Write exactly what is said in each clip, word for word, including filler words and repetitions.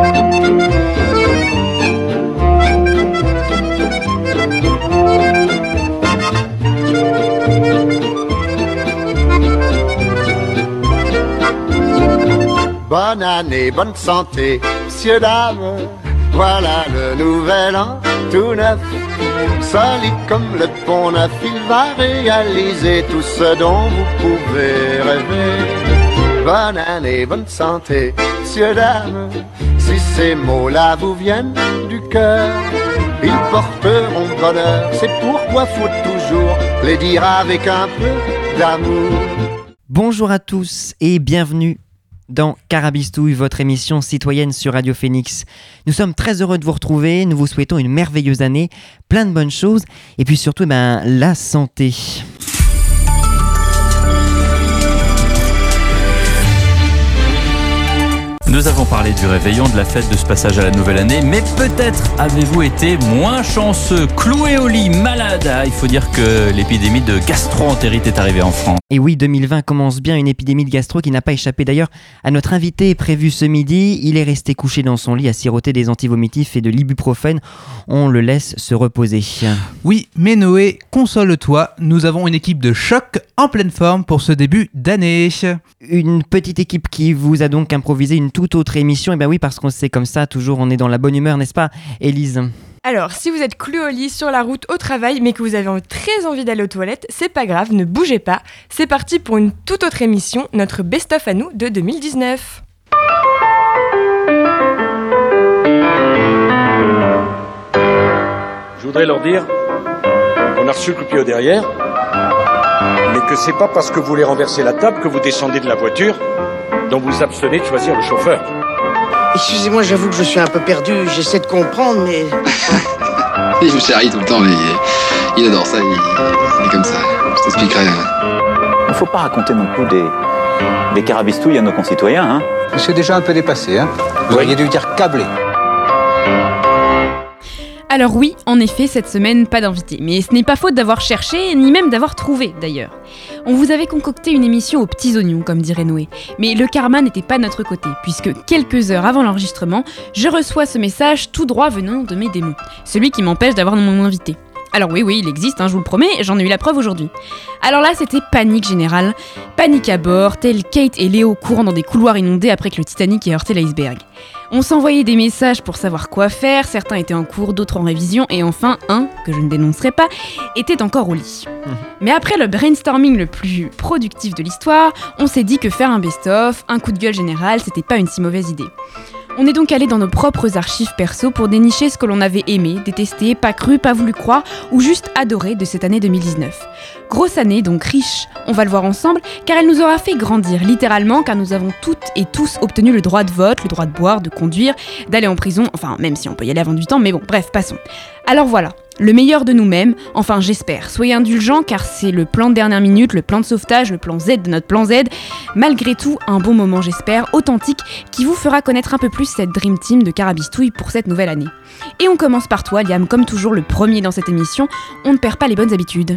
Bonne année, bonne santé, messieurs, dames, voilà le nouvel an tout neuf. Solide comme le pont neuf, il va réaliser tout ce dont vous pouvez rêver. Bonne année, bonne santé, messieurs, dames, si ces mots-là vous viennent du cœur, ils porteront bonheur, c'est pourquoi faut toujours les dire avec un peu d'amour. Bonjour à tous et bienvenue dans Carabistouille, votre émission citoyenne sur Radio Phoenix. Nous sommes très heureux de vous retrouver, nous vous souhaitons une merveilleuse année, plein de bonnes choses et puis surtout ben, la santé. Nous avons parlé du réveillon, de la fête, de ce passage à la nouvelle année, mais peut-être avez-vous été moins chanceux, cloué au lit, malade. Ah, il faut dire que l'épidémie de gastro-entérite est arrivée en France. Et oui, deux mille vingt commence bien, une épidémie de gastro qui n'a pas échappé d'ailleurs à notre invité prévu ce midi. Il est resté couché dans son lit à siroter des antivomitifs et de l'ibuprofène. On le laisse se reposer. Oui, mais Noé, console-toi, nous avons une équipe de choc en pleine forme pour ce début d'année. Une petite équipe qui vous a donc improvisé une toute autre émission. Et bien oui, parce qu'on sait comme ça, toujours on est dans la bonne humeur, n'est-ce pas, Élise ? Alors, si vous êtes cloué au lit sur la route au travail, mais que vous avez très envie d'aller aux toilettes, c'est pas grave, ne bougez pas. C'est parti pour une toute autre émission, notre best-of à nous de deux mille dix-neuf. Je voudrais leur dire qu'on a reçu le coup de pied au derrière, mais que c'est pas parce que vous voulez renverser la table que vous descendez de la voiture, dont vous abstenez de choisir le chauffeur. Excusez-moi, j'avoue que je suis un peu perdu, j'essaie de comprendre, mais... Il me charrie tout le temps, mais il adore ça, il, il est comme ça. Je t'expliquerai. Il ne faut pas raconter non plus des, des carabistouilles à nos concitoyens. Hein. C'est déjà un peu dépassé, hein. Vous auriez dû dire câblé. Alors oui, en effet, cette semaine, pas d'invité. Mais ce n'est pas faute d'avoir cherché, ni même d'avoir trouvé, d'ailleurs. On vous avait concocté une émission aux petits oignons, comme dirait Noé. Mais le karma n'était pas de notre côté, puisque quelques heures avant l'enregistrement, je reçois ce message tout droit venant de mes démons. Celui qui m'empêche d'avoir mon invité. Alors oui, oui, il existe, hein, je vous le promets, j'en ai eu la preuve aujourd'hui. Alors là, c'était panique générale. Panique à bord, tel Kate et Léo courant dans des couloirs inondés après que le Titanic ait heurté l'iceberg. On s'envoyait des messages pour savoir quoi faire, certains étaient en cours, d'autres en révision, et enfin, un, que je ne dénoncerai pas, était encore au lit. Mmh. Mais après le brainstorming le plus productif de l'histoire, on s'est dit que faire un best-of, un coup de gueule général, c'était pas une si mauvaise idée. On est donc allé dans nos propres archives perso pour dénicher ce que l'on avait aimé, détesté, pas cru, pas voulu croire ou juste adoré de cette année deux mille dix-neuf. Grosse année, donc riche, on va le voir ensemble, car elle nous aura fait grandir, littéralement, car nous avons toutes et tous obtenu le droit de vote, le droit de boire, de conduire, d'aller en prison, enfin même si on peut y aller avant huit ans, mais bon, bref, passons. Alors voilà, le meilleur de nous-mêmes, enfin j'espère. Soyez indulgents car c'est le plan de dernière minute, le plan de sauvetage, le plan Z de notre plan Z. Malgré tout, un bon moment j'espère, authentique, qui vous fera connaître un peu plus cette Dream Team de Carabistouille pour cette nouvelle année. Et on commence par toi Liam, comme toujours le premier dans cette émission, on ne perd pas les bonnes habitudes.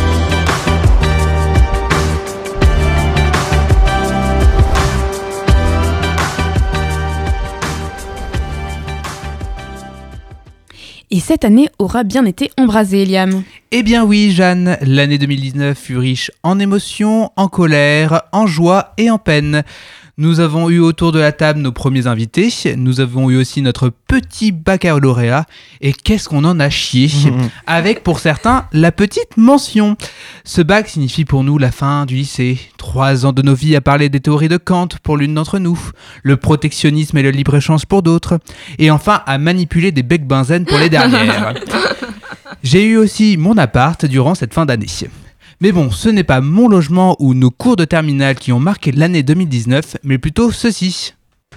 Et cette année aura bien été embrasée, Liam. Eh bien oui, Jeanne, l'année deux mille dix-neuf fut riche en émotions, en colère, en joie et en peine. Nous avons eu autour de la table nos premiers invités, nous avons eu aussi notre petit baccalauréat, et qu'est-ce qu'on en a chié, mmh. Avec pour certains la petite mention. Ce bac signifie pour nous la fin du lycée, trois ans de nos vies à parler des théories de Kant pour l'une d'entre nous, le protectionnisme et le libre-échange pour d'autres, et enfin à manipuler des becs benzène pour les dernières. J'ai eu aussi mon appart durant cette fin d'année. Mais bon, ce n'est pas mon logement ou nos cours de terminale qui ont marqué l'année deux mille dix-neuf, mais plutôt ceci.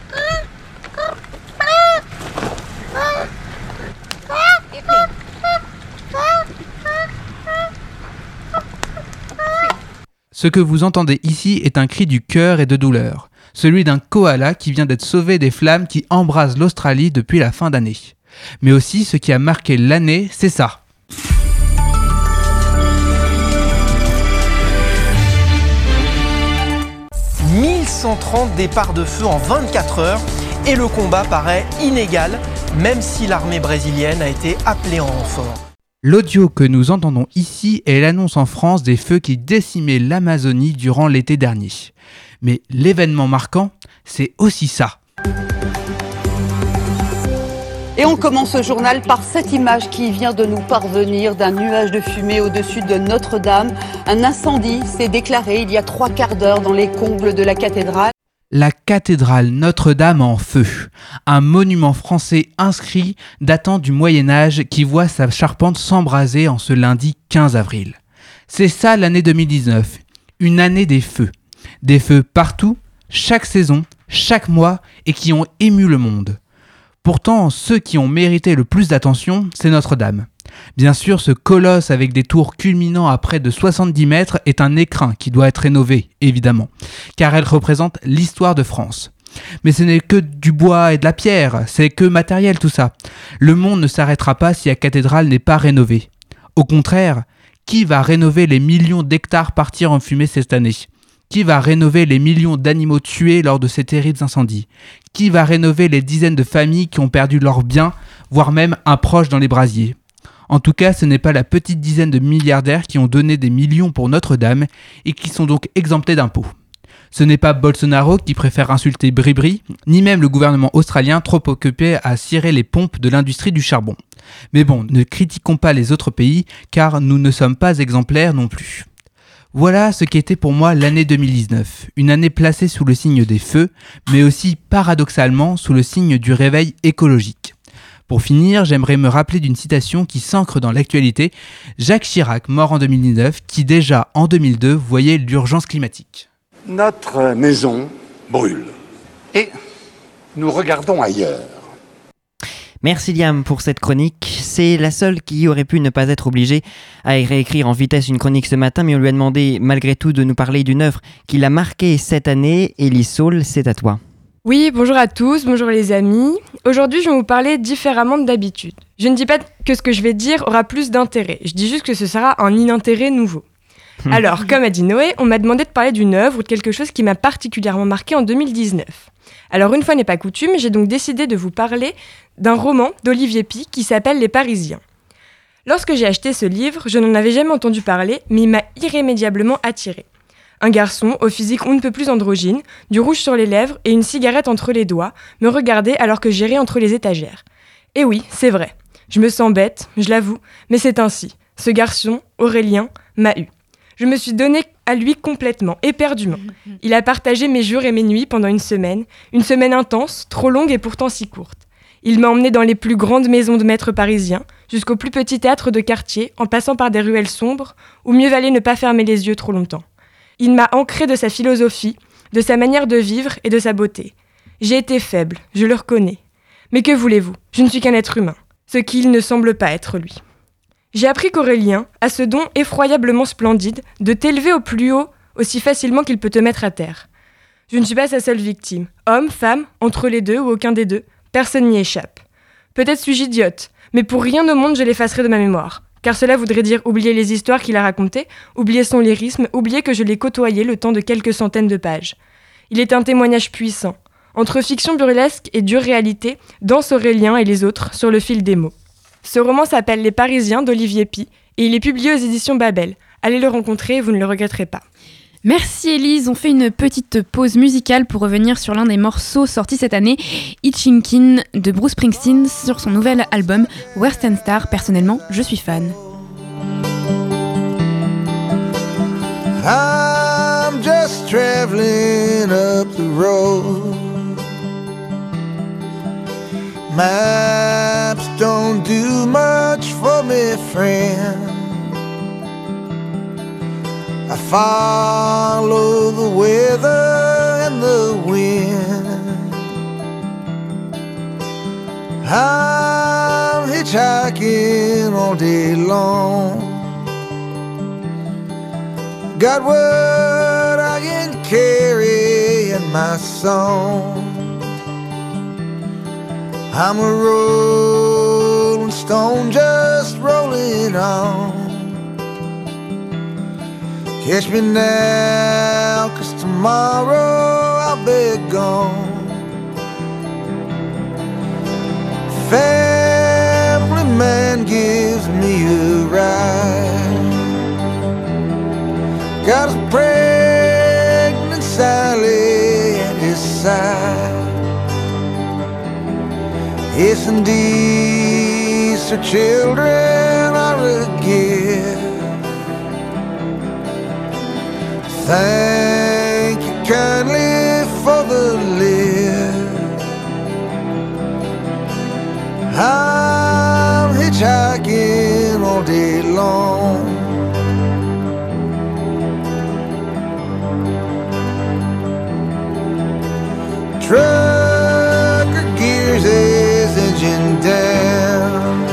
Ce que vous entendez ici est un cri du cœur et de douleur, celui d'un koala qui vient d'être sauvé des flammes qui embrasent l'Australie depuis la fin d'année. Mais aussi, ce qui a marqué l'année, c'est ça. mille cent trente départs de feu en vingt-quatre heures et le combat paraît inégal, même si l'armée brésilienne a été appelée en renfort. L'audio que nous entendons ici est l'annonce en France des feux qui décimaient l'Amazonie durant l'été dernier. Mais l'événement marquant, c'est aussi ça. Et on commence ce journal par cette image qui vient de nous parvenir d'un nuage de fumée au-dessus de Notre-Dame. Un incendie s'est déclaré il y a trois quarts d'heure dans les combles de la cathédrale. La cathédrale Notre-Dame en feu, un monument français inscrit datant du Moyen-Âge qui voit sa charpente s'embraser en ce lundi quinze avril. C'est ça l'année deux mille dix-neuf, une année des feux. Des feux partout, chaque saison, chaque mois et qui ont ému le monde. Pourtant, ceux qui ont mérité le plus d'attention, c'est Notre-Dame. Bien sûr, ce colosse avec des tours culminant à près de soixante-dix mètres est un écrin qui doit être rénové, évidemment, car elle représente l'histoire de France. Mais ce n'est que du bois et de la pierre, c'est que matériel tout ça. Le monde ne s'arrêtera pas si la cathédrale n'est pas rénovée. Au contraire, qui va rénover les millions d'hectares partis en fumée cette année ? Qui va rénover les millions d'animaux tués lors de ces terribles incendies ? Qui va rénover les dizaines de familles qui ont perdu leurs biens, voire même un proche dans les brasiers ? En tout cas, ce n'est pas la petite dizaine de milliardaires qui ont donné des millions pour Notre-Dame et qui sont donc exemptés d'impôts. Ce n'est pas Bolsonaro qui préfère insulter Bribri, ni même le gouvernement australien trop occupé à cirer les pompes de l'industrie du charbon. Mais bon, ne critiquons pas les autres pays, car nous ne sommes pas exemplaires non plus. Voilà ce qu'était pour moi l'année deux mille dix-neuf, une année placée sous le signe des feux, mais aussi paradoxalement sous le signe du réveil écologique. Pour finir, j'aimerais me rappeler d'une citation qui s'ancre dans l'actualité, Jacques Chirac, mort en deux mille dix-neuf, qui déjà en deux mille deux voyait l'urgence climatique. Notre maison brûle et nous regardons ailleurs. Merci Liam pour cette chronique. C'est la seule qui aurait pu ne pas être obligée à réécrire en vitesse une chronique ce matin, mais on lui a demandé malgré tout de nous parler d'une œuvre qui l'a marquée cette année. Élise Saul, c'est à toi. Oui, bonjour à tous, bonjour les amis. Aujourd'hui, je vais vous parler différemment de d'habitude. Je ne dis pas que ce que je vais dire aura plus d'intérêt, je dis juste que ce sera un inintérêt nouveau. Alors, comme a dit Noé, on m'a demandé de parler d'une œuvre ou de quelque chose qui m'a particulièrement marqué en deux mille dix-neuf. Alors, une fois n'est pas coutume, j'ai donc décidé de vous parler d'un roman d'Olivier Py qui s'appelle Les Parisiens. Lorsque j'ai acheté ce livre, je n'en avais jamais entendu parler, mais il m'a irrémédiablement attiré. Un garçon, au physique on ne peut plus androgyne, du rouge sur les lèvres et une cigarette entre les doigts, me regardait alors que j'errais entre les étagères. Et oui, c'est vrai. Je me sens bête, je l'avoue, mais c'est ainsi. Ce garçon, Aurélien, m'a eu. Je me suis donnée à lui complètement, éperdument. Il a partagé mes jours et mes nuits pendant une semaine, une semaine intense, trop longue et pourtant si courte. Il m'a emmenée dans les plus grandes maisons de maîtres parisiens, jusqu'au plus petit théâtre de quartier, en passant par des ruelles sombres, où mieux valait ne pas fermer les yeux trop longtemps. Il m'a ancré de sa philosophie, de sa manière de vivre et de sa beauté. J'ai été faible, je le reconnais. Mais que voulez-vous ? Je ne suis qu'un être humain, ce qu'il ne semble pas être lui. J'ai appris qu'Aurélien a ce don effroyablement splendide de t'élever au plus haut aussi facilement qu'il peut te mettre à terre. Je ne suis pas sa seule victime. Homme, femme, entre les deux ou aucun des deux, personne n'y échappe. Peut-être suis-je idiote, mais pour rien au monde je l'effacerai de ma mémoire. Car cela voudrait dire oublier les histoires qu'il a racontées, oublier son lyrisme, oublier que je l'ai côtoyé le temps de quelques centaines de pages. Il est un témoignage puissant. Entre fiction burlesque et dure réalité, danse Aurélien et les autres sur le fil des mots. Ce roman s'appelle Les Parisiens d'Olivier Py et il est publié aux éditions Babel. Allez le rencontrer, vous ne le regretterez pas. Merci Élise, on fait une petite pause musicale pour revenir sur l'un des morceaux sortis cette année, Hitchinkin de Bruce Springsteen sur son nouvel album Western Star. Personnellement, je suis fan. I'm just traveling up the road. Maps don't do much for me, friend. I follow the weather and the wind. I'm hitchhiking all day long. Got what I can carry in my song. I'm a rolling stone just rolling on. Catch me now, 'cause tomorrow I'll be gone. family man gives me a ride. Got his pregnant Sally at his side. Yes, indeed, so children are a gift. Thank you kindly for the lift. I'm hitchhiking all day long. Trucker gears his engine down.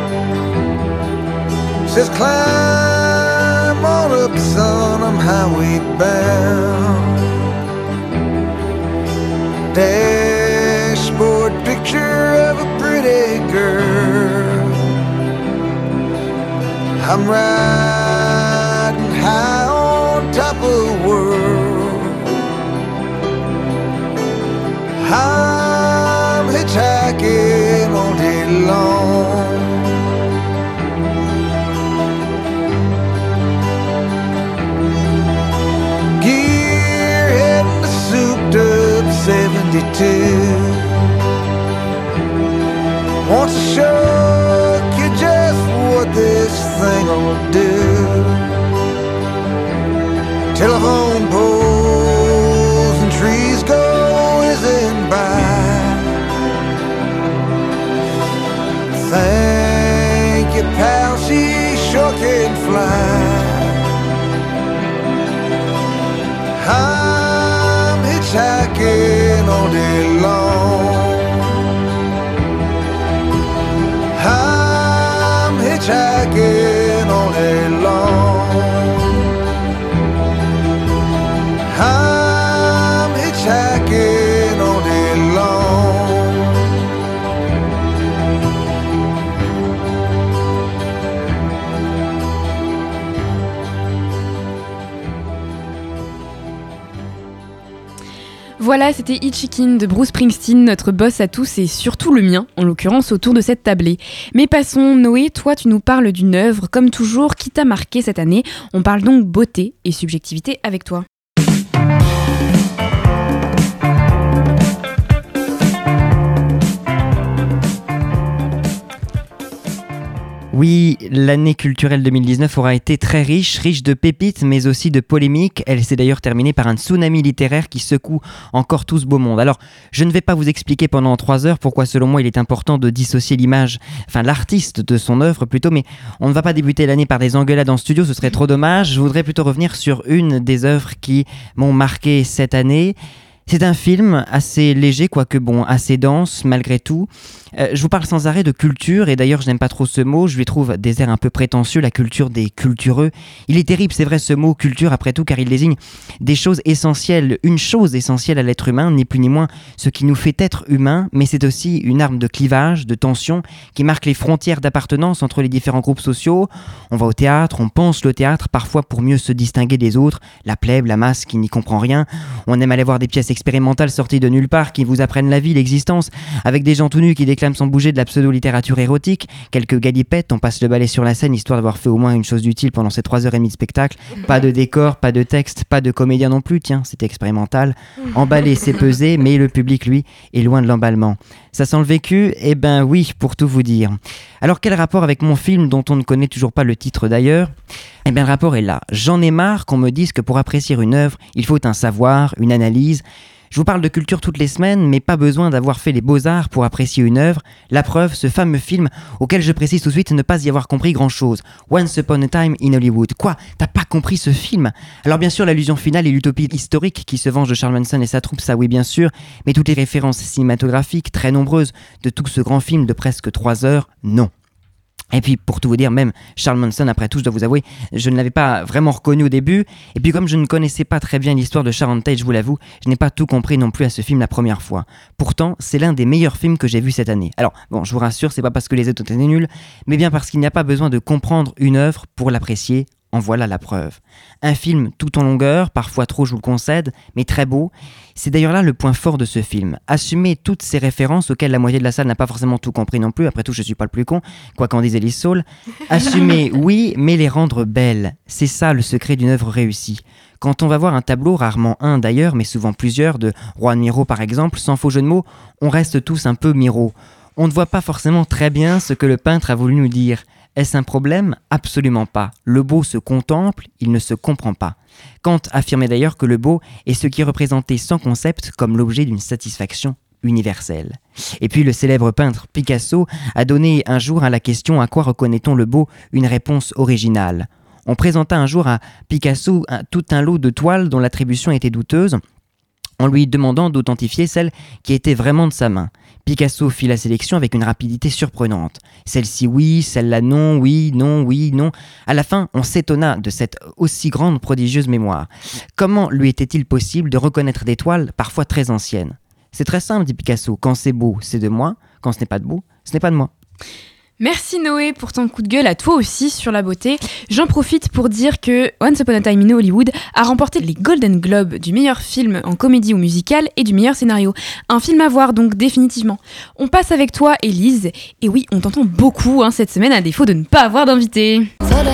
Says climb on up, son, I'm highway bound. Dashboard picture of a pretty girl. I'm riding high on top of the world. I'm hitchhiking all day long. Gearhead and the souped up seventy-two wants to show you just what this thing will do. Telephone poles and trees go whizzing by. Thank you, pal, she sure can fly. I'm hitchhiking all day long. I'm hitchhiking all day long. I'm hitchhiking all day long. Voilà, c'était Hitchhiking de Bruce Springsteen, notre boss à tous et surtout le mien, en l'occurrence autour de cette tablée. Mais passons, Noé, toi tu nous parles d'une œuvre, comme toujours, qui t'a marqué cette année. On parle donc beauté et subjectivité avec toi. Oui, l'année culturelle deux mille dix-neuf aura été très riche, riche de pépites mais aussi de polémiques. Elle s'est d'ailleurs terminée par un tsunami littéraire qui secoue encore tout ce beau monde. Alors, je ne vais pas vous expliquer pendant trois heures pourquoi selon moi il est important de dissocier l'image, enfin l'artiste de son œuvre plutôt, mais on ne va pas débuter l'année par des engueulades en studio, ce serait trop dommage. Je voudrais plutôt revenir sur une des œuvres qui m'ont marqué cette année. C'est un film assez léger, quoique bon, assez dense malgré tout. Euh, je vous parle sans arrêt de culture, et d'ailleurs je n'aime pas trop ce mot, je lui trouve des airs un peu prétentieux, la culture des cultureux. Il est terrible, c'est vrai ce mot culture après tout, car il désigne des choses essentielles, une chose essentielle à l'être humain, ni plus ni moins ce qui nous fait être humain, mais c'est aussi une arme de clivage, de tension, qui marque les frontières d'appartenance entre les différents groupes sociaux. On va au théâtre, on pense le théâtre, parfois pour mieux se distinguer des autres, la plèbe, la masse qui n'y comprend rien. On aime aller voir des pièces expérimentales sorties de nulle part qui vous apprennent la vie, l'existence, avec des gens tout nus qui déclament sans bouger de la pseudo-littérature érotique, quelques galipettes, on passe le balai sur la scène histoire d'avoir fait au moins une chose d'utile pendant ces trois heures et demie de spectacle. Pas de décor, pas de texte, pas de comédien non plus, tiens, c'était expérimental. Emballer, c'est peser, mais le public, lui, est loin de l'emballement. Ça sent le vécu? Eh ben oui, pour tout vous dire. Alors quel rapport avec mon film dont on ne connaît toujours pas le titre d'ailleurs? Eh bien le rapport est là. J'en ai marre qu'on me dise que pour apprécier une œuvre, il faut un savoir, une analyse. Je vous parle de culture toutes les semaines, mais pas besoin d'avoir fait les beaux-arts pour apprécier une œuvre. La preuve, ce fameux film auquel je précise tout de suite ne pas y avoir compris grand-chose. Once Upon a Time in Hollywood. Quoi? T'as pas compris ce film? Alors bien sûr, l'allusion finale est l'utopie historique qui se venge de Charles Manson et sa troupe, ça oui bien sûr, mais toutes les références cinématographiques, très nombreuses, de tout ce grand film de presque trois heures, non. Et puis pour tout vous dire, même Charles Manson, après tout je dois vous avouer, je ne l'avais pas vraiment reconnu au début, et puis comme je ne connaissais pas très bien l'histoire de Sharon Tate, je vous l'avoue, je n'ai pas tout compris non plus à ce film la première fois. Pourtant, c'est l'un des meilleurs films que j'ai vu cette année. Alors bon, je vous rassure, c'est pas parce que les autres étaient nuls, mais bien parce qu'il n'y a pas besoin de comprendre une œuvre pour l'apprécier en voilà la preuve. Un film tout en longueur, parfois trop, je vous le concède, mais très beau. C'est d'ailleurs là le point fort de ce film. Assumer toutes ces références auxquelles la moitié de la salle n'a pas forcément tout compris non plus, après tout je suis pas le plus con, quoi qu'en dise Elise Saul. Assumer, oui, mais les rendre belles. C'est ça le secret d'une œuvre réussie. Quand on va voir un tableau, rarement un d'ailleurs, mais souvent plusieurs, de Juan Miro par exemple, sans faux jeu de mots, on reste tous un peu Miro. On ne voit pas forcément très bien ce que le peintre a voulu nous dire. Est-ce un problème ? Absolument pas. Le beau se contemple, il ne se comprend pas. Kant affirmait d'ailleurs que le beau est ce qui est représenté sans concept comme l'objet d'une satisfaction universelle. Et puis le célèbre peintre Picasso a donné un jour à la question « À quoi reconnaît-on le beau ?» une réponse originale. On présenta un jour à Picasso un, tout un lot de toiles dont l'attribution était douteuse, en lui demandant d'authentifier celle qui était vraiment de sa main. Picasso fit la sélection avec une rapidité surprenante. Celle-ci oui, celle-là non, oui, non, oui, non. À la fin, on s'étonna de cette aussi grande prodigieuse mémoire. Comment lui était-il possible de reconnaître des toiles parfois très anciennes ? C'est très simple, dit Picasso. Quand c'est beau, c'est de moi. Quand ce n'est pas de beau, ce n'est pas de moi. Merci Noé pour ton coup de gueule à toi aussi sur la beauté. J'en profite pour dire que Once Upon a Time in Hollywood a remporté les Golden Globes du meilleur film en comédie ou musical et du meilleur scénario. Un film à voir donc définitivement. On passe avec toi Élise. Et oui, on t'entend beaucoup hein, cette semaine à défaut de ne pas avoir d'invité.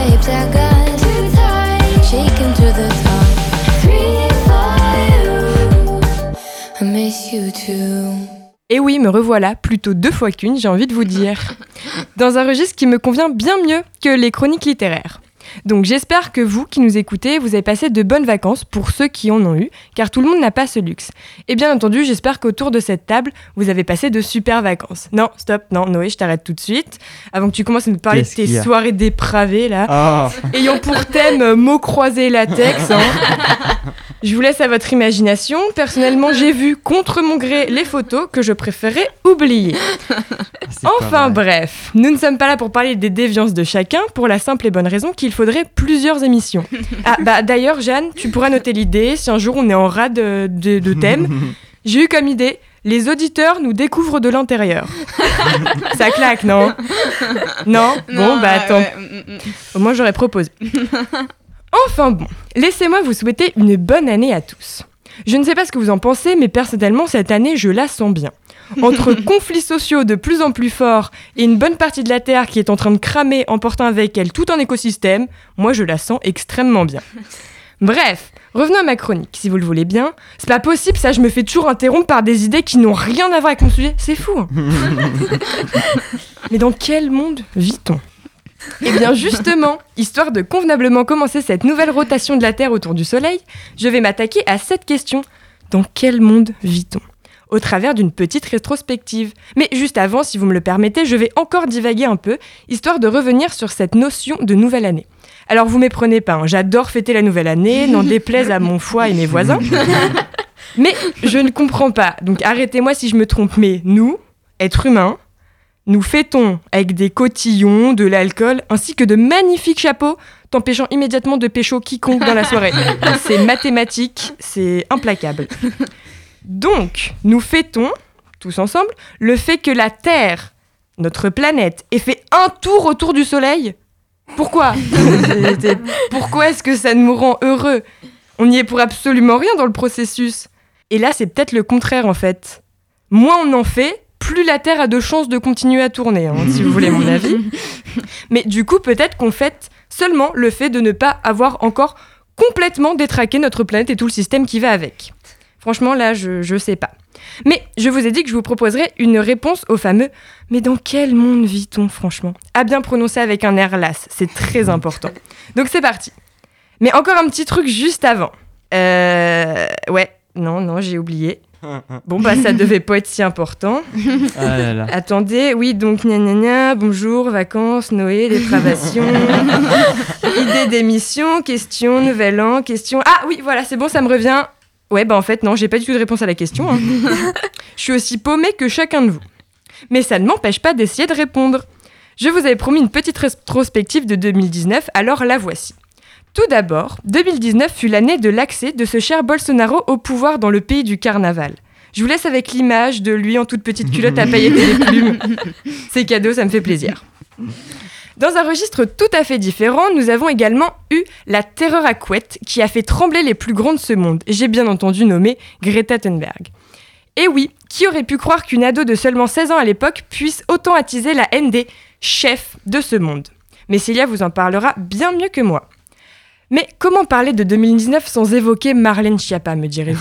Et oui, me revoilà, plutôt deux fois qu'une, j'ai envie de vous dire. Dans un registre qui me convient bien mieux que les chroniques littéraires. Donc j'espère que vous, qui nous écoutez, vous avez passé de bonnes vacances pour ceux qui en ont eu, car tout le monde n'a pas ce luxe. Et bien entendu, j'espère qu'autour de cette table, vous avez passé de super vacances. Non, stop, non, Noé, je t'arrête tout de suite. Avant que tu commences à nous parler Qu'est-ce de tes soirées dépravées, là. Oh. Ayant pour thème euh, mots croisés latex. Hein. Je vous laisse à votre imagination. Personnellement, j'ai vu contre mon gré les photos que je préférais oublier. Enfin bref, nous ne sommes pas là pour parler des déviances de chacun, pour la simple et bonne raison qu'il faudrait plusieurs émissions. Ah bah d'ailleurs Jeanne, tu pourras noter l'idée si un jour on est en rade de, de, de thème. J'ai eu comme idée, les auditeurs nous découvrent de l'intérieur. Ça claque, non ? Non ? Bon bah attends, ouais. Au moins j'aurais proposé. Enfin bon, laissez-moi vous souhaiter une bonne année à tous. Je ne sais pas ce que vous en pensez, mais personnellement cette année je la sens bien. Entre conflits sociaux de plus en plus forts et une bonne partie de la Terre qui est en train de cramer, emportant avec elle tout un écosystème, moi je la sens extrêmement bien. Bref, revenons à ma chronique, si vous le voulez bien. C'est pas possible, ça, je me fais toujours interrompre par des idées qui n'ont rien à voir avec mon sujet, c'est fou. Hein. Mais dans quel monde vit-on ? Eh bien justement, histoire de convenablement commencer cette nouvelle rotation de la Terre autour du Soleil, je vais m'attaquer à cette question. Dans quel monde vit-on ? Au travers d'une petite rétrospective. Mais juste avant, si vous me le permettez, je vais encore divaguer un peu, histoire de revenir sur cette notion de nouvelle année. Alors vous méprenez pas, hein, j'adore fêter la nouvelle année, n'en déplaise à mon foie et mes voisins. Mais je ne comprends pas, donc arrêtez-moi si je me trompe, mais nous, êtres humains, nous fêtons avec des cotillons, de l'alcool, ainsi que de magnifiques chapeaux, t'empêchant immédiatement de pécho quiconque dans la soirée. C'est mathématique, c'est implacable. Donc, nous fêtons, tous ensemble, le fait que la Terre, notre planète, ait fait un tour autour du Soleil. Pourquoi ? Pourquoi est-ce que ça nous rend heureux ? On n'y est pour absolument rien dans le processus. Et là, c'est peut-être le contraire, en fait. Moins on en fait, plus la Terre a de chances de continuer à tourner, hein, si vous voulez mon avis. Mais du coup, peut-être qu'on fête seulement le fait de ne pas avoir encore complètement détraqué notre planète et tout le système qui va avec. Franchement, là, je, je sais pas. Mais je vous ai dit que je vous proposerais une réponse au fameux « Mais dans quel monde vit-on, franchement ?» À bien prononcer avec un air las, c'est très important. Donc c'est parti. Mais encore un petit truc juste avant. Euh... Ouais, non, non, j'ai oublié. Bon, bah ça devait pas être si important. Ah là là. Attendez, oui, donc gna gna gna, bonjour, vacances, Noé, dépravation, idée d'émission, question, nouvel an, question... Ah oui, voilà, c'est bon, ça me revient. Ouais, bah en fait, non, j'ai pas du tout de réponse à la question. Hein. Je suis aussi paumée que chacun de vous. Mais ça ne m'empêche pas d'essayer de répondre. Je vous avais promis une petite rétrospective de deux mille dix-neuf, alors la voici. Tout d'abord, deux mille dix-neuf fut l'année de l'accès de ce cher Bolsonaro au pouvoir dans le pays du carnaval. Je vous laisse avec l'image de lui en toute petite culotte à pailletter les plumes. C'est cadeau, ça me fait plaisir. Dans un registre tout à fait différent, nous avons également eu la terreur à couette qui a fait trembler les plus grands de ce monde. J'ai bien entendu nommé Greta Thunberg. Et oui, qui aurait pu croire qu'une ado de seulement seize ans à l'époque puisse autant attiser la haine des chefs de ce monde ? Mais Célia vous en parlera bien mieux que moi. Mais comment parler de deux mille dix-neuf sans évoquer Marlène Schiappa, me direz-vous ?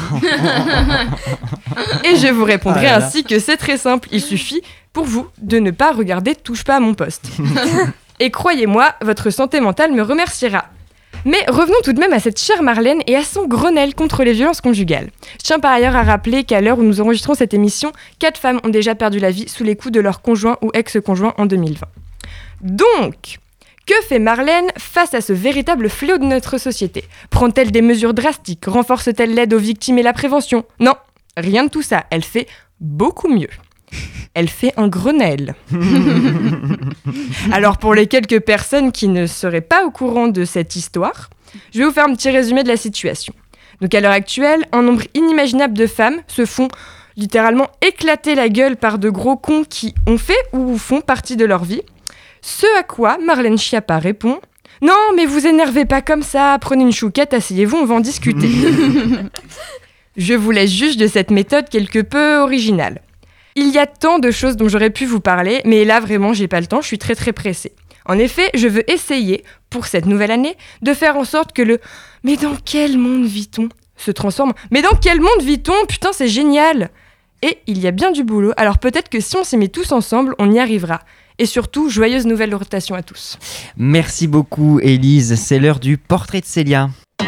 Et je vous répondrai Ah là là. ainsi que c'est très simple, il suffit pour vous de ne pas regarder Touche pas à mon poste. Et croyez-moi, votre santé mentale me remerciera. Mais revenons tout de même à cette chère Marlène et à son Grenelle contre les violences conjugales. Je tiens par ailleurs à rappeler qu'à l'heure où nous enregistrons cette émission, quatre femmes ont déjà perdu la vie sous les coups de leur conjoint ou ex-conjoint en deux mille vingt. Donc, que fait Marlène face à ce véritable fléau de notre société ? Prend-elle des mesures drastiques ? Renforce-t-elle l'aide aux victimes et la prévention ? Non, rien de tout ça. Elle fait beaucoup mieux. Elle fait un Grenelle. Alors pour les quelques personnes qui ne seraient pas au courant de cette histoire, je vais vous faire un petit résumé de la situation. Donc à l'heure actuelle, un nombre inimaginable de femmes se font littéralement éclater la gueule par de gros cons qui ont fait ou font partie de leur vie. Ce à quoi Marlène Schiappa répond « Non, mais vous énervez pas comme ça, prenez une chouquette, asseyez-vous, on va en discuter. » Je vous laisse juge de cette méthode quelque peu originale. Il y a tant de choses dont j'aurais pu vous parler, mais là vraiment j'ai pas le temps, je suis très très pressée. En effet, je veux essayer, pour cette nouvelle année, de faire en sorte que le « Mais dans quel monde vit-on » se transforme « Mais dans quel monde vit-on ? Putain, c'est génial !» Et il y a bien du boulot, alors peut-être que si on s'y met tous ensemble, on y arrivera. Et surtout, joyeuse nouvelle rotation à tous. Merci beaucoup, Élise. C'est l'heure du portrait de Célia.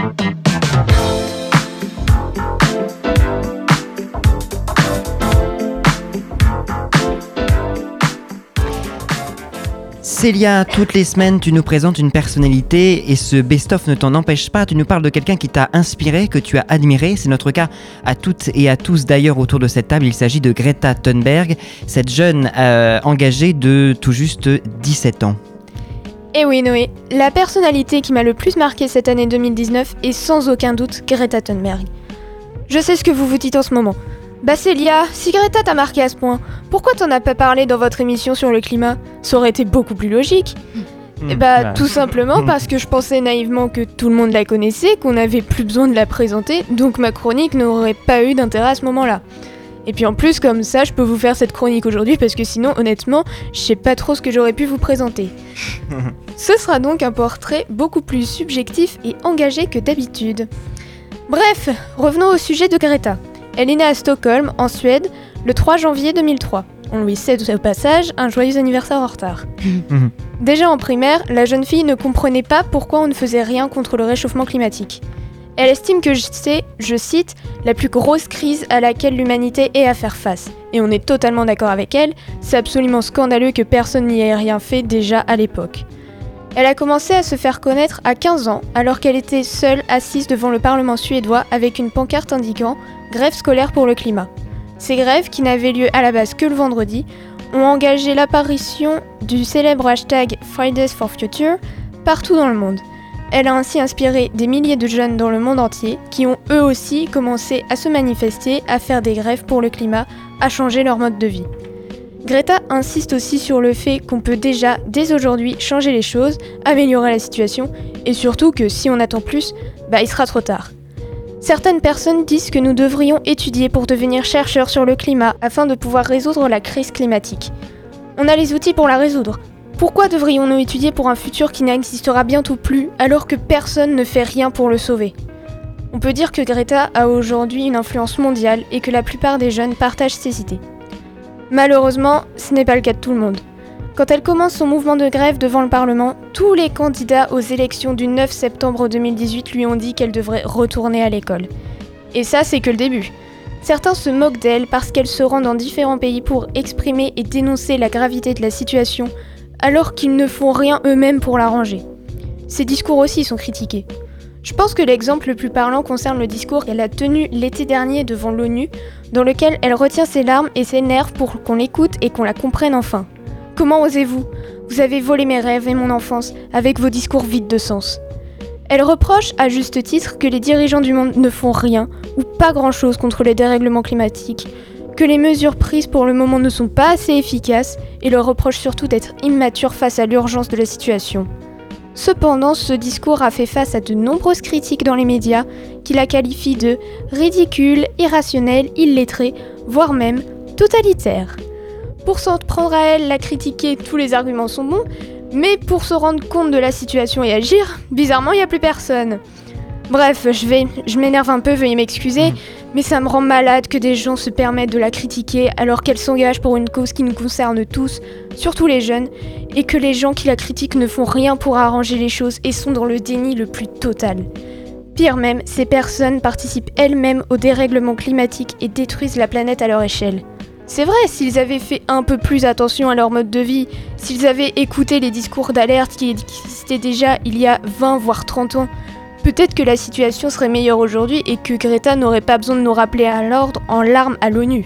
Célia, toutes les semaines, tu nous présentes une personnalité et ce best-of ne t'en empêche pas. Tu nous parles de quelqu'un qui t'a inspiré, que tu as admiré. C'est notre cas à toutes et à tous d'ailleurs autour de cette table. Il s'agit de Greta Thunberg, cette jeune euh, engagée de tout juste dix-sept ans. Eh oui Noé, la personnalité qui m'a le plus marqué cette année deux mille dix-neuf est sans aucun doute Greta Thunberg. Je sais ce que vous vous dites en ce moment. Bah Célia, si Greta t'a marqué à ce point, pourquoi t'en as pas parlé dans votre émission sur le climat ? Ça aurait été beaucoup plus logique. Mmh, Et bah, bah. tout simplement parce que je pensais naïvement que tout le monde la connaissait, qu'on n'avait plus besoin de la présenter, donc ma chronique n'aurait pas eu d'intérêt à ce moment-là. Et puis en plus, comme ça, je peux vous faire cette chronique aujourd'hui parce que sinon, honnêtement, je sais pas trop ce que j'aurais pu vous présenter. Ce sera donc un portrait beaucoup plus subjectif et engagé que d'habitude. Bref, revenons au sujet de Greta. Elle est née à Stockholm, en Suède, le trois janvier deux mille trois. On lui souhaite au passage un joyeux anniversaire en retard. Déjà en primaire, la jeune fille ne comprenait pas pourquoi on ne faisait rien contre le réchauffement climatique. Elle estime que c'est, je cite, la plus grosse crise à laquelle l'humanité ait à faire face. Et on est totalement d'accord avec elle, c'est absolument scandaleux que personne n'y ait rien fait déjà à l'époque. Elle a commencé à se faire connaître à quinze ans, alors qu'elle était seule assise devant le Parlement suédois avec une pancarte indiquant « Grève scolaire pour le climat ». Ces grèves, qui n'avaient lieu à la base que le vendredi, ont engagé l'apparition du célèbre hashtag Fridays for Future partout dans le monde. Elle a ainsi inspiré des milliers de jeunes dans le monde entier qui ont eux aussi commencé à se manifester, à faire des grèves pour le climat, à changer leur mode de vie. Greta insiste aussi sur le fait qu'on peut déjà, dès aujourd'hui, changer les choses, améliorer la situation, et surtout que si on attend plus, bah il sera trop tard. Certaines personnes disent que nous devrions étudier pour devenir chercheurs sur le climat afin de pouvoir résoudre la crise climatique. On a les outils pour la résoudre. Pourquoi devrions-nous étudier pour un futur qui n'existera bientôt plus alors que personne ne fait rien pour le sauver ? On peut dire que Greta a aujourd'hui une influence mondiale et que la plupart des jeunes partagent ses idées. Malheureusement, ce n'est pas le cas de tout le monde. Quand elle commence son mouvement de grève devant le Parlement, tous les candidats aux élections du neuf septembre deux mille dix-huit lui ont dit qu'elle devrait retourner à l'école. Et ça, c'est que le début. Certains se moquent d'elle parce qu'elle se rend dans différents pays pour exprimer et dénoncer la gravité de la situation, alors qu'ils ne font rien eux-mêmes pour l'arranger. Ses discours aussi sont critiqués. Je pense que l'exemple le plus parlant concerne le discours qu'elle a tenu l'été dernier devant l'ONU, dans lequel elle retient ses larmes et ses nerfs pour qu'on l'écoute et qu'on la comprenne enfin. Comment osez-vous ? Vous avez volé mes rêves et mon enfance avec vos discours vides de sens. Elle reproche, à juste titre, que les dirigeants du monde ne font rien ou pas grand-chose contre les dérèglements climatiques, que les mesures prises pour le moment ne sont pas assez efficaces et leur reproche surtout d'être immatures face à l'urgence de la situation. Cependant, ce discours a fait face à de nombreuses critiques dans les médias qui la qualifient de ridicule, irrationnelle, illettrée, voire même totalitaire. Pour s'en prendre à elle, la critiquer, tous les arguments sont bons, mais pour se rendre compte de la situation et agir, bizarrement, il n'y a plus personne. Bref, je vais, je m'énerve un peu, veuillez m'excuser, mmh. mais ça me rend malade que des gens se permettent de la critiquer alors qu'elle s'engage pour une cause qui nous concerne tous, surtout les jeunes, et que les gens qui la critiquent ne font rien pour arranger les choses et sont dans le déni le plus total. Pire même, ces personnes participent elles-mêmes au dérèglement climatique et détruisent la planète à leur échelle. C'est vrai, s'ils avaient fait un peu plus attention à leur mode de vie, s'ils avaient écouté les discours d'alerte qui existaient déjà il y a vingt voire trente ans, peut-être que la situation serait meilleure aujourd'hui et que Greta n'aurait pas besoin de nous rappeler à l'ordre en larmes à l'ONU.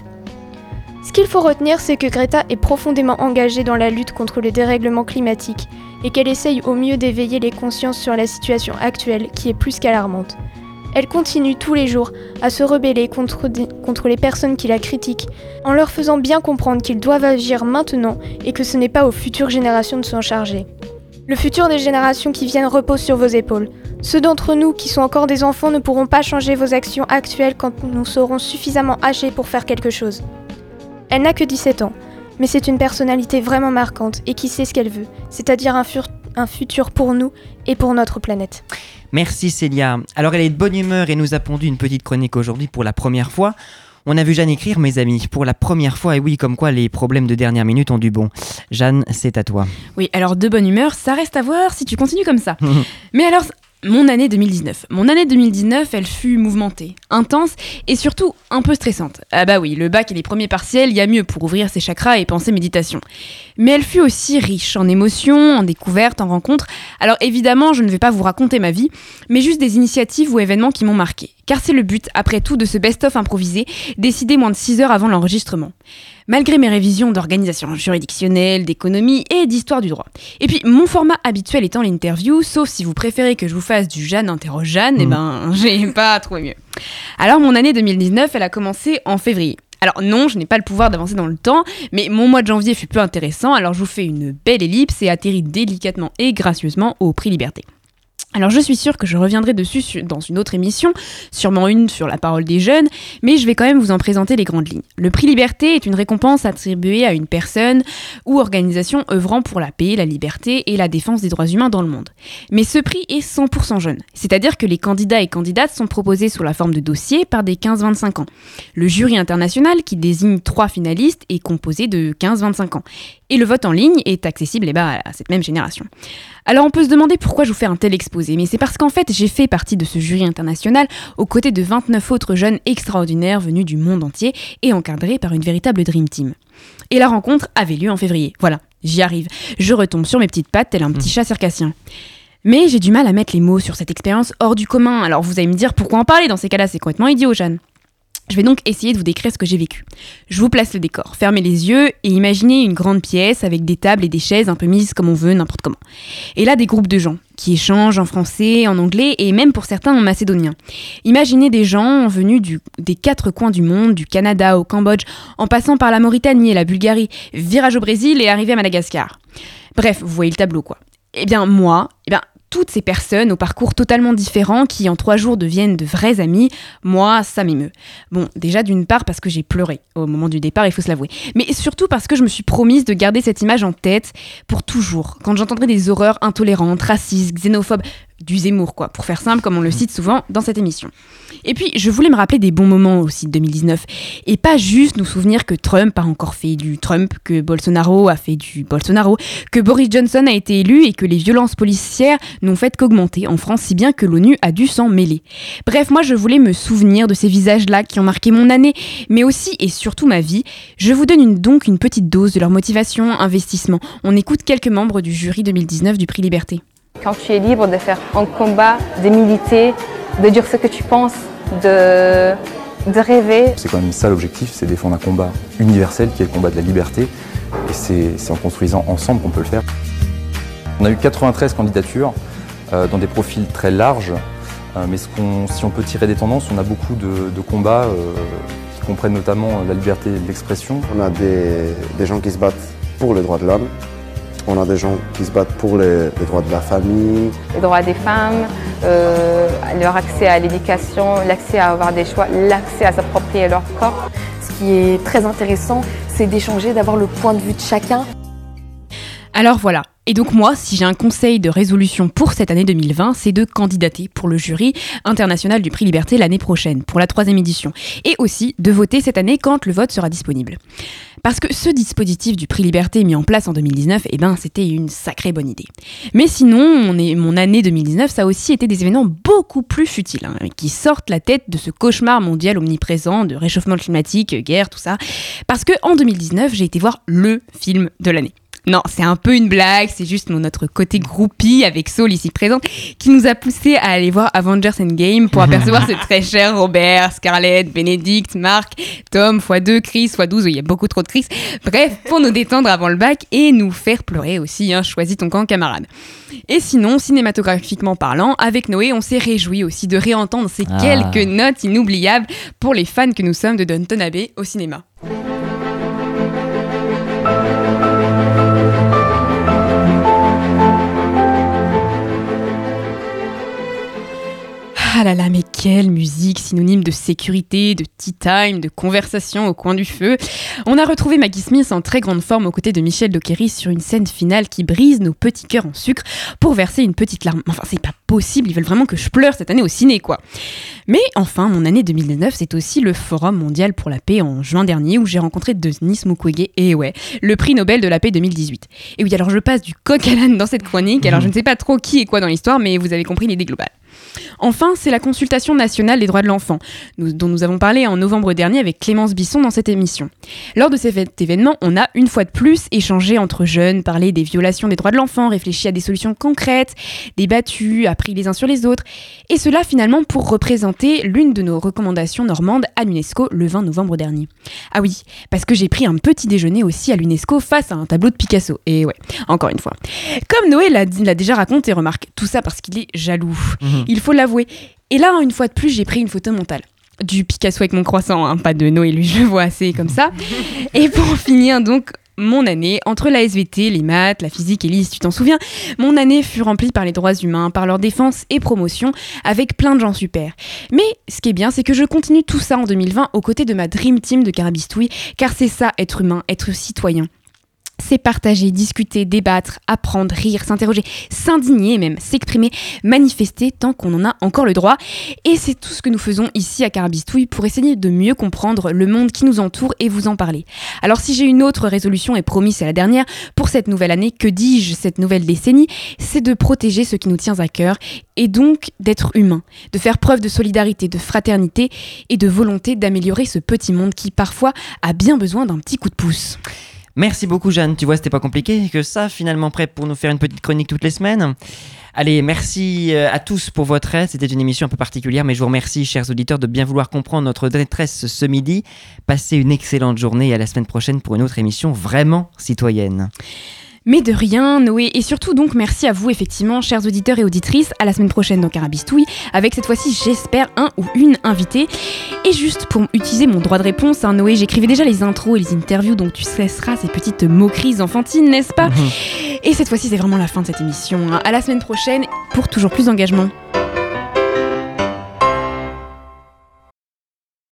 Ce qu'il faut retenir, c'est que Greta est profondément engagée dans la lutte contre le dérèglement climatique et qu'elle essaye au mieux d'éveiller les consciences sur la situation actuelle qui est plus qu'alarmante. Elle continue tous les jours à se rebeller contre, des, contre les personnes qui la critiquent en leur faisant bien comprendre qu'ils doivent agir maintenant et que ce n'est pas aux futures générations de s'en charger. Le futur des générations qui viennent repose sur vos épaules. Ceux d'entre nous qui sont encore des enfants ne pourront pas changer vos actions actuelles quand nous serons suffisamment âgés pour faire quelque chose. Elle n'a que dix-sept ans, mais c'est une personnalité vraiment marquante et qui sait ce qu'elle veut, c'est-à-dire un, fur- un futur pour nous et pour notre planète. Merci Célia. Alors elle est de bonne humeur et nous a pondu une petite chronique aujourd'hui pour la première fois. On a vu Jeanne écrire, mes amis, pour la première fois, et oui, comme quoi les problèmes de dernière minute ont du bon. Jeanne, c'est à toi. Oui, alors de bonne humeur, ça reste à voir si tu continues comme ça. Mais alors, mon année deux mille dix-neuf. Mon année deux mille dix-neuf, elle fut mouvementée, intense et surtout un peu stressante. Ah bah oui, le bac et les premiers partiels, y a mieux pour ouvrir ses chakras et penser méditation. Mais elle fut aussi riche en émotions, en découvertes, en rencontres. Alors évidemment, je ne vais pas vous raconter ma vie, mais juste des initiatives ou événements qui m'ont marqué. Car c'est le but, après tout, de ce best-of improvisé, décidé moins de six heures avant l'enregistrement. Malgré mes révisions d'organisation juridictionnelle, d'économie et d'histoire du droit. Et puis, mon format habituel étant l'interview, sauf si vous préférez que je vous fasse du Jeanne interroge Jeanne, mmh. eh ben, j'ai pas trouvé mieux. Alors, mon année deux mille dix-neuf, elle a commencé en février. Alors non, je n'ai pas le pouvoir d'avancer dans le temps, mais mon mois de janvier fut peu intéressant, alors je vous fais une belle ellipse et atterris délicatement et gracieusement au prix Liberté. Alors je suis sûre que je reviendrai dessus dans une autre émission, sûrement une sur la parole des jeunes, mais je vais quand même vous en présenter les grandes lignes. Le prix Liberté est une récompense attribuée à une personne ou organisation œuvrant pour la paix, la liberté et la défense des droits humains dans le monde. Mais ce prix est cent pour cent jeune, c'est-à-dire que les candidats et candidates sont proposés sous la forme de dossier par des quinze à vingt-cinq ans. Le jury international qui désigne trois finalistes est composé de quinze à vingt-cinq ans. Et le vote en ligne est accessible eh ben, à cette même génération. Alors on peut se demander pourquoi je vous fais un tel exposé, mais c'est parce qu'en fait j'ai fait partie de ce jury international aux côtés de vingt-neuf autres jeunes extraordinaires venus du monde entier et encadrés par une véritable Dream Team. Et la rencontre avait lieu en février. Voilà, j'y arrive. Je retombe sur mes petites pattes tel un petit mmh. chat circassien. Mais j'ai du mal à mettre les mots sur cette expérience hors du commun. Alors vous allez me dire pourquoi en parler dans ces cas-là, c'est complètement idiot, Jeanne. Je vais donc essayer de vous décrire ce que j'ai vécu. Je vous place le décor. Fermez les yeux et imaginez une grande pièce avec des tables et des chaises un peu mises comme on veut, n'importe comment. Et là, des groupes de gens qui échangent en français, en anglais et même pour certains en macédonien. Imaginez des gens venus du, des quatre coins du monde, du Canada au Cambodge, en passant par la Mauritanie et la Bulgarie, virage au Brésil et arrivée à Madagascar. Bref, vous voyez le tableau quoi. Eh bien moi, eh bien toutes ces personnes au parcours totalement différent qui en trois jours deviennent de vrais amis, moi ça m'émeut. Bon, déjà d'une part parce que j'ai pleuré au moment du départ, il faut se l'avouer, mais surtout parce que je me suis promise de garder cette image en tête pour toujours, quand j'entendrai des horreurs intolérantes, racistes, xénophobes, du Zemmour quoi, pour faire simple comme on le cite souvent dans cette émission. Et puis je voulais me rappeler des bons moments aussi de deux mille dix-neuf et pas juste nous souvenir que Trump a encore fait du Trump, que Bolsonaro a fait du Bolsonaro, que Boris Johnson a été élu et que les violences policières n'ont fait qu'augmenter en France si bien que l'ONU a dû s'en mêler. Bref, moi je voulais me souvenir de ces visages-là qui ont marqué mon année, mais aussi et surtout ma vie. Je vous donne une, donc une petite dose de leur motivation, investissement. On écoute quelques membres du jury deux mille dix-neuf du prix Liberté. Quand tu es libre de faire un combat, de militer, de dire ce que tu penses, de, de rêver. C'est quand même ça l'objectif, c'est défendre un combat universel qui est le combat de la liberté. Et c'est, c'est en construisant ensemble qu'on peut le faire. On a eu quatre-vingt-treize candidatures euh, dans des profils très larges. Euh, mais ce qu'on, si on peut tirer des tendances, on a beaucoup de, de combats euh, qui comprennent notamment la liberté d'expression. On a des, des gens qui se battent pour les droits de l'homme. On a des gens qui se battent pour les, les droits de la famille. Les droits des femmes, euh, leur accès à l'éducation, l'accès à avoir des choix, l'accès à s'approprier leur corps. Ce qui est très intéressant, c'est d'échanger, d'avoir le point de vue de chacun. Alors voilà. Et donc moi, si j'ai un conseil de résolution pour cette année deux mille vingt, c'est de candidater pour le jury international du Prix Liberté l'année prochaine, pour la troisième édition. Et aussi de voter cette année quand le vote sera disponible. Parce que ce dispositif du Prix Liberté mis en place en deux mille dix-neuf, eh ben, c'était une sacrée bonne idée. Mais sinon, mon, mon année deux mille dix-neuf, ça a aussi été des événements beaucoup plus futiles, hein, qui sortent la tête de ce cauchemar mondial omniprésent, de réchauffement climatique, guerre, tout ça. Parce que en deux mille dix-neuf, j'ai été voir le film de l'année. Non, c'est un peu une blague, c'est juste notre côté groupie avec Saul ici présent qui nous a poussé à aller voir Avengers Endgame pour apercevoir ce très cher Robert, Scarlett, Benedict, Mark, Tom, fois deux, Chris, fois douze, il y a beaucoup trop de Chris. Bref, pour nous détendre avant le bac et nous faire pleurer aussi, hein, choisis ton camp camarade. Et sinon, cinématographiquement parlant, avec Noé, on s'est réjoui aussi de réentendre ces ah. quelques notes inoubliables pour les fans que nous sommes de Downton Abbey au cinéma. Ah là là, mais quelle musique, synonyme de sécurité, de tea time, de conversation au coin du feu. On a retrouvé Maggie Smith en très grande forme aux côtés de Michel Dockery sur une scène finale qui brise nos petits cœurs en sucre pour verser une petite larme. Enfin, c'est pas possible, ils veulent vraiment que je pleure cette année au ciné, quoi. Mais enfin, mon année deux mille dix-neuf, c'est aussi le Forum mondial pour la paix en juin dernier où j'ai rencontré Denis Mukwege, et ouais, le prix Nobel de la paix deux mille dix-huit. Et oui, alors je passe du coq à l'âne dans cette chronique, alors je ne sais pas trop qui et quoi dans l'histoire, mais vous avez compris l'idée globale. Enfin, c'est la consultation nationale des droits de l'enfant, nous, dont nous avons parlé en novembre dernier avec Clémence Bisson dans cette émission. Lors de cet événement, on a une fois de plus échangé entre jeunes, parlé des violations des droits de l'enfant, réfléchi à des solutions concrètes, débattu, appris les uns sur les autres, et cela finalement pour représenter l'une de nos recommandations normandes à l'UNESCO le vingt novembre dernier. Ah oui, parce que j'ai pris un petit déjeuner aussi à l'UNESCO face à un tableau de Picasso, et ouais, encore une fois. Comme Noé l'a, l'a déjà raconté, remarque, tout ça parce qu'il est jaloux. Mmh. Il faut l'avouer. Et là, une fois de plus, j'ai pris une photo mentale. Du Picasso avec mon croissant, hein, pas de Noé, lui, je le vois assez comme ça. Et pour finir, donc, mon année, entre la S V T, les maths, la physique et l'I S, tu t'en souviens, mon année fut remplie par les droits humains, par leur défense et promotion, avec plein de gens super. Mais ce qui est bien, c'est que je continue tout ça en deux mille vingt aux côtés de ma Dream Team de Carabistouille, car c'est ça, être humain, être citoyen. C'est partager, discuter, débattre, apprendre, rire, s'interroger, s'indigner même, s'exprimer, manifester tant qu'on en a encore le droit. Et c'est tout ce que nous faisons ici à Carabistouille pour essayer de mieux comprendre le monde qui nous entoure et vous en parler. Alors si j'ai une autre résolution, et promis c'est la dernière, pour cette nouvelle année, que dis-je, cette nouvelle décennie, c'est de protéger ce qui nous tient à cœur et donc d'être humain, de faire preuve de solidarité, de fraternité et de volonté d'améliorer ce petit monde qui parfois a bien besoin d'un petit coup de pouce. Merci beaucoup Jeanne, tu vois c'était pas compliqué que ça, finalement prêt pour nous faire une petite chronique toutes les semaines. Allez, merci à tous pour votre aide, c'était une émission un peu particulière, mais je vous remercie chers auditeurs de bien vouloir comprendre notre détresse ce midi. Passez une excellente journée et à la semaine prochaine pour une autre émission vraiment citoyenne. Mais de rien, Noé. Et surtout, donc, merci à vous, effectivement, chers auditeurs et auditrices. À la semaine prochaine dans Carabistouille, avec cette fois-ci, j'espère, un ou une invitée. Et juste pour utiliser mon droit de réponse, hein, Noé, j'écrivais déjà les intros et les interviews, donc tu cesseras ces petites moqueries enfantines, n'est-ce pas ? Mmh. Et cette fois-ci, c'est vraiment la fin de cette émission. Hein. À la semaine prochaine pour toujours plus d'engagement.